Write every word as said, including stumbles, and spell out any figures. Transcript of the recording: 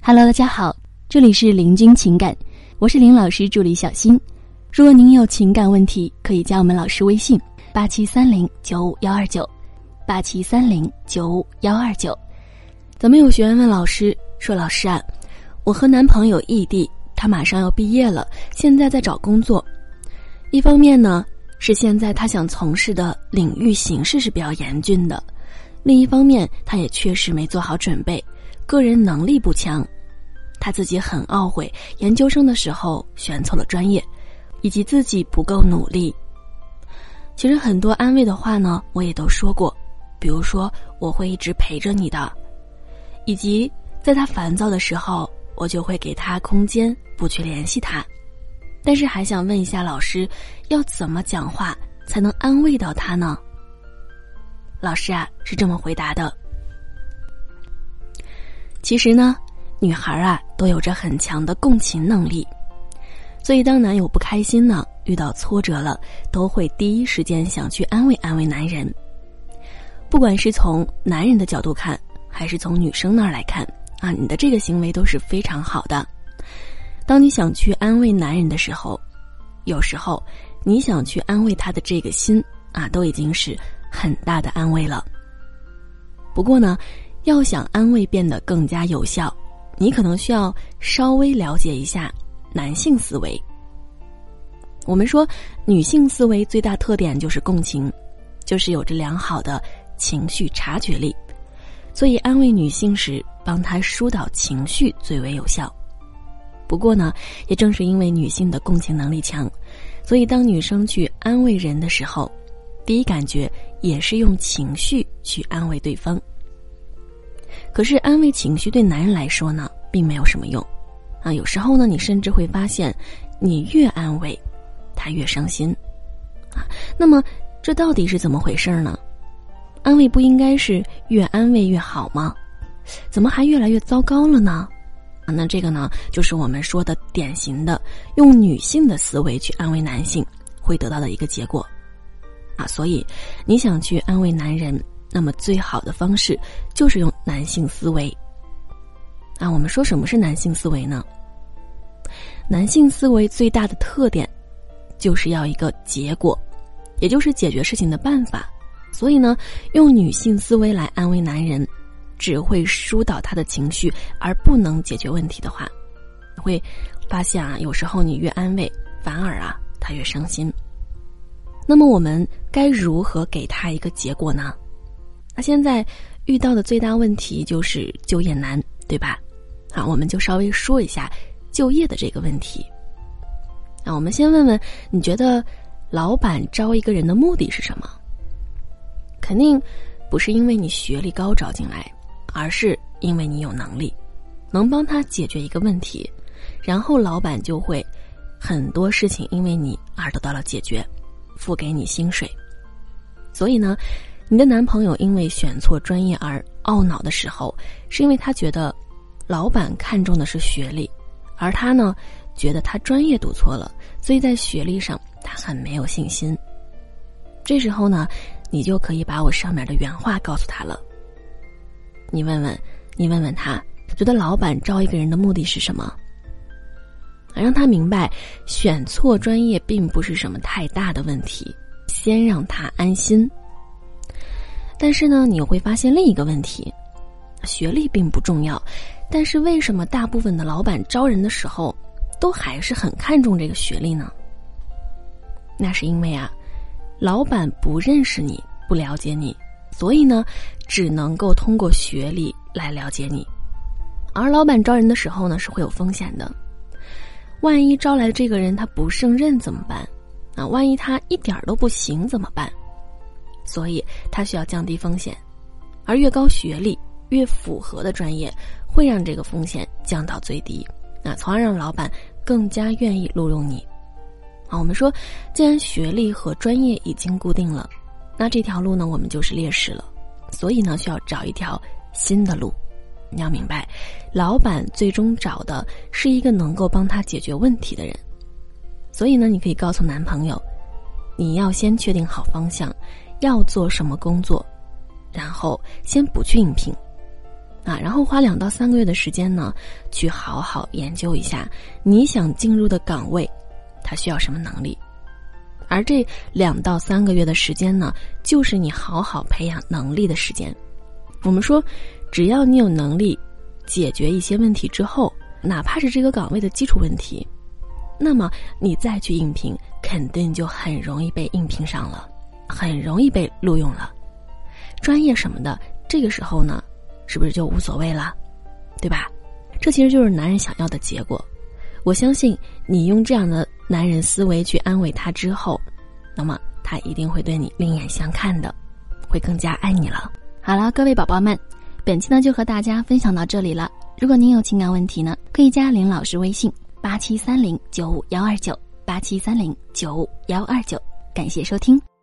Hello， 大家好，这里是林君情感，我是林老师助理小新。如果您有情感问题，可以加我们老师微信八七三零九五幺二九，八七三零九五幺二九。咱们有学员问老师说，老师啊，我和男朋友异地，他马上要毕业了，现在在找工作。一方面呢，是现在他想从事的领域形势是比较严峻的，另一方面他也确实没做好准备，个人能力不强。他自己很懊悔研究生的时候选错了专业，以及自己不够努力。其实很多安慰的话呢，我也都说过，比如说我会一直陪着你的，以及在他烦躁的时候，我就会给他空间，不去联系他。但是还想问一下老师，要怎么讲话才能安慰到他呢？老师啊，是这么回答的。其实呢，女孩啊都有着很强的共情能力，所以当男友不开心呢，遇到挫折了，都会第一时间想去安慰安慰男人。不管是从男人的角度看，还是从女生那儿来看啊，你的这个行为都是非常好的。当你想去安慰男人的时候，有时候你想去安慰他的这个心啊，都已经是很大的安慰了。不过呢，要想安慰变得更加有效，你可能需要稍微了解一下男性思维。我们说女性思维最大特点就是共情，就是有着良好的情绪察觉力，所以安慰女性时帮她疏导情绪最为有效。不过呢，也正是因为女性的共情能力强，所以当女生去安慰人的时候，第一感觉也是用情绪去安慰对方。可是安慰情绪对男人来说呢，并没有什么用啊。有时候呢，你甚至会发现，你越安慰，他越伤心啊。那么这到底是怎么回事呢？安慰不应该是越安慰越好吗？怎么还越来越糟糕了呢？啊，那这个呢，就是我们说的典型的用女性的思维去安慰男性会得到的一个结果啊。所以你想去安慰男人，那么最好的方式就是用男性思维啊。我们说什么是男性思维呢？男性思维最大的特点就是要一个结果，也就是解决事情的办法。所以呢，用女性思维来安慰男人，只会疏导他的情绪，而不能解决问题的话，你会发现啊，有时候你越安慰，反而啊他越伤心。那么我们该如何给他一个结果呢？那现在遇到的最大问题就是就业难，对吧？好，我们就稍微说一下就业的这个问题。那我们先问问，你觉得老板招一个人的目的是什么？肯定不是因为你学历高招进来，而是因为你有能力，能帮他解决一个问题，然后老板就会很多事情因为你而得到了解决，付给你薪水。所以呢，你的男朋友因为选错专业而懊恼的时候，是因为他觉得老板看重的是学历，而他呢觉得他专业读错了，所以在学历上他很没有信心。这时候呢，你就可以把我上面的原话告诉他了。你问问你问问他，觉得老板招一个人的目的是什么？让他明白选错专业并不是什么太大的问题，先让他安心。但是呢，你又会发现另一个问题，学历并不重要，但是为什么大部分的老板招人的时候都还是很看重这个学历呢？那是因为啊，老板不认识你，不了解你，所以呢，只能够通过学历来了解你。而老板招人的时候呢，是会有风险的。万一招来的这个人他不胜任怎么办？啊，万一他一点都不行怎么办？所以他需要降低风险，而越高学历越符合的专业会让这个风险降到最低，啊，从而让老板更加愿意录用你。啊，我们说既然学历和专业已经固定了，那这条路呢我们就是劣势了，所以呢需要找一条新的路。你要明白，老板最终找的是一个能够帮他解决问题的人。所以呢，你可以告诉男朋友，你要先确定好方向，要做什么工作，然后先不去应聘。 啊，然后花两到三个月的时间呢，去好好研究一下你想进入的岗位，它需要什么能力。而这两到三个月的时间呢，就是你好好培养能力的时间。我们说，只要你有能力解决一些问题之后，哪怕是这个岗位的基础问题，那么你再去应聘，肯定就很容易被应聘上了，很容易被录用了。专业什么的，这个时候呢，是不是就无所谓了，对吧？这其实就是男人想要的结果。我相信你用这样的男人思维去安慰他之后，那么他一定会对你另眼相看的，会更加爱你了。 好了，各位宝宝们，本期呢就和大家分享到这里了。如果您有情感问题呢，可以加林老师微信八七三零九五幺二九八七三零九五幺二九，感谢收听。